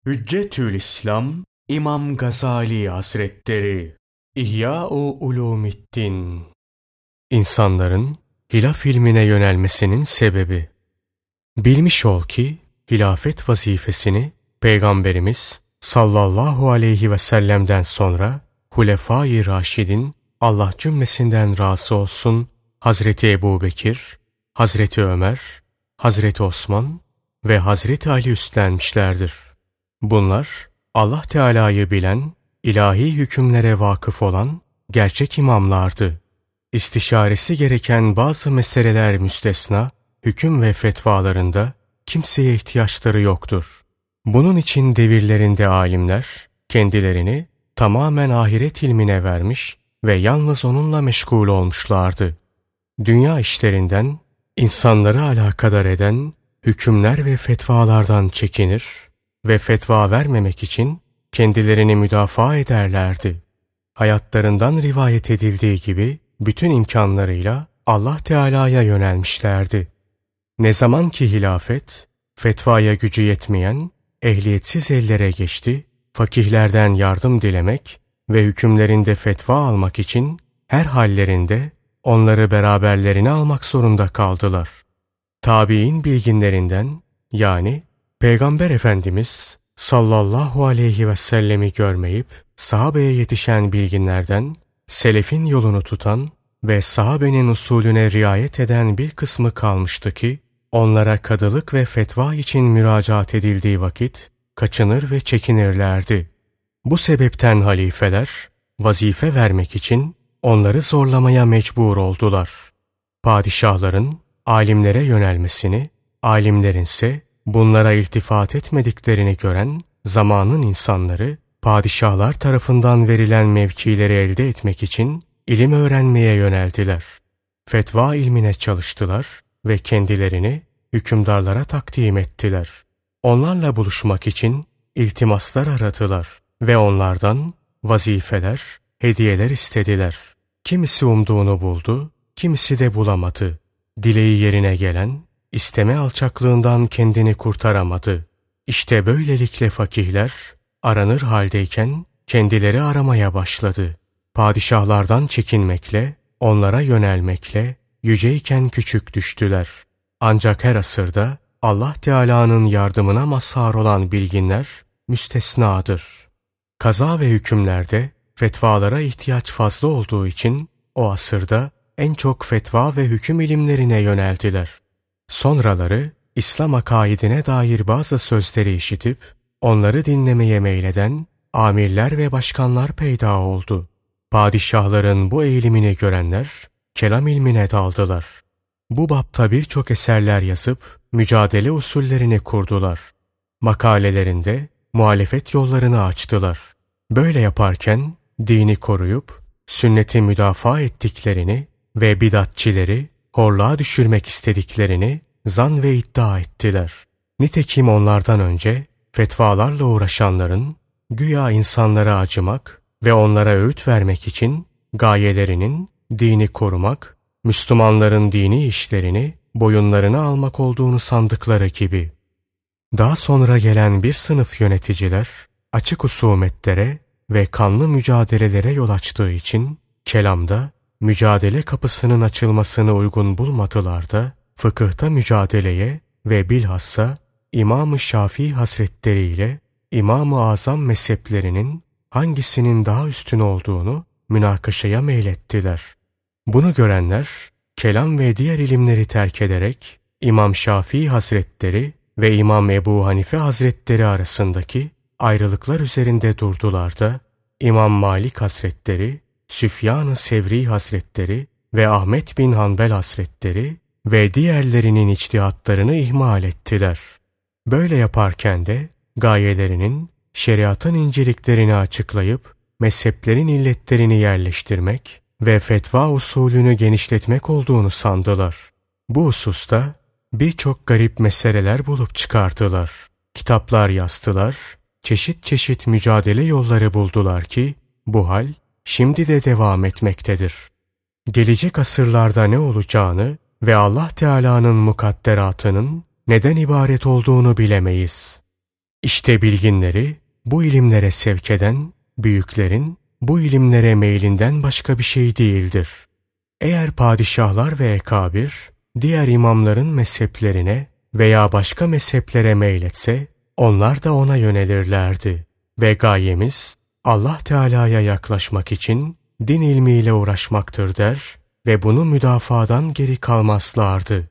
Hüccetül İslam İmam Gazali Hazretleri İhya-u Ulûmiddin. İnsanların hilaf ilmine yönelmesinin sebebi. Bilmiş ol ki hilafet vazifesini Peygamberimiz sallallahu aleyhi ve sellem'den sonra Hulefâ-i Raşidin, Allah cümlesinden razı olsun, Hazreti Ebubekir, Hazreti Ömer, Hazreti Osman ve Hazreti Ali üstlenmişlerdir. Bunlar Allah Teala'yı bilen, ilahi hükümlere vakıf olan gerçek imamlardı. İstişaresi gereken bazı meseleler müstesna, hüküm ve fetvalarında kimseye ihtiyaçları yoktur. Bunun için devirlerinde alimler kendilerini tamamen ahiret ilmine vermiş ve yalnız onunla meşgul olmuşlardı. Dünya işlerinden, insanları alakadar eden hükümler ve fetvalardan çekinir ve fetva vermemek için kendilerini müdafaa ederlerdi. Hayatlarından rivayet edildiği gibi bütün imkanlarıyla Allah Teala'ya yönelmişlerdi. Ne zaman ki hilafet, fetvaya gücü yetmeyen, ehliyetsiz ellere geçti, fakihlerden yardım dilemek ve hükümlerinde fetva almak için her hallerinde onları beraberlerine almak zorunda kaldılar. Tabi'in bilginlerinden, yani Peygamber Efendimiz sallallahu aleyhi ve sellemi görmeyip sahabeye yetişen bilginlerden, selefin yolunu tutan ve sahabenin usulüne riayet eden bir kısmı kalmıştı ki, onlara kadılık ve fetva için müracaat edildiği vakit kaçınır ve çekinirlerdi. Bu sebepten halifeler vazife vermek için onları zorlamaya mecbur oldular. Padişahların alimlere yönelmesini, alimlerinse bunlara iltifat etmediklerini gören zamanın insanları, padişahlar tarafından verilen mevkileri elde etmek için ilim öğrenmeye yöneldiler. Fetva ilmine çalıştılar ve kendilerini hükümdarlara takdim ettiler. Onlarla buluşmak için iltimaslar aradılar ve onlardan vazifeler, hediyeler istediler. Kimisi umduğunu buldu, kimisi de bulamadı. Dileği yerine gelen, isteme alçaklığından kendini kurtaramadı. İşte böylelikle fakihler aranır haldeyken kendileri aramaya başladı. Padişahlardan çekinmekle, onlara yönelmekle yüceyken küçük düştüler. Ancak her asırda Allah Teala'nın yardımına mazhar olan bilginler müstesnadır. Kaza ve hükümlerde fetvalara ihtiyaç fazla olduğu için o asırda en çok fetva ve hüküm ilimlerine yöneldiler. Sonraları İslam akaidine dair bazı sözleri işitip onları dinlemeye meyleden amirler ve başkanlar peyda oldu. Padişahların bu eğilimini görenler kelam ilmine daldılar. Bu bapta birçok eserler yazıp mücadele usullerini kurdular. Makalelerinde muhalefet yollarını açtılar. Böyle yaparken dini koruyup sünneti müdafaa ettiklerini ve bidatçileri horluğa düşürmek istediklerini zan ve iddia ettiler. Nitekim onlardan önce fetvalarla uğraşanların güya insanlara acımak ve onlara öğüt vermek için gayelerinin dini korumak, Müslümanların dini işlerini boyunlarına almak olduğunu sandıkları gibi. Daha sonra gelen bir sınıf yöneticiler açık husumetlere ve kanlı mücadelelere yol açtığı için kelamda mücadele kapısının açılmasını uygun bulmadılar da fıkıhta mücadeleye ve bilhassa İmam-ı Şafii Hazretleri ile İmam-ı Azam mezheplerinin hangisinin daha üstün olduğunu münakaşaya meylettiler. Bunu görenler kelam ve diğer ilimleri terk ederek İmam Şafii Hazretleri ve İmam Ebu Hanife Hazretleri arasındaki ayrılıklar üzerinde durdular da İmam Malik Hazretleri, Süfyan-ı Sevri Hazretleri ve Ahmet bin Hanbel Hazretleri ve diğerlerinin içtihatlarını ihmal ettiler. Böyle yaparken de gayelerinin şeriatın inceliklerini açıklayıp mezheplerin illetlerini yerleştirmek ve fetva usulünü genişletmek olduğunu sandılar. Bu hususta birçok garip meseleler bulup çıkarttılar. Kitaplar yazdılar, çeşit çeşit mücadele yolları buldular ki bu hal şimdi de devam etmektedir. Gelecek asırlarda ne olacağını ve Allah Teala'nın mukadderatının neden ibaret olduğunu bilemeyiz. İşte bilginleri bu ilimlere sevk eden, büyüklerin bu ilimlere meylinden başka bir şey değildir. Eğer padişahlar ve ekabir, diğer imamların mezheplerine veya başka mezheplere meyletse, onlar da ona yönelirlerdi. Ve gayemiz, Allah Teala'ya yaklaşmak için din ilmiyle uğraşmaktır der ve bunu müdafadan geri kalmazlardı.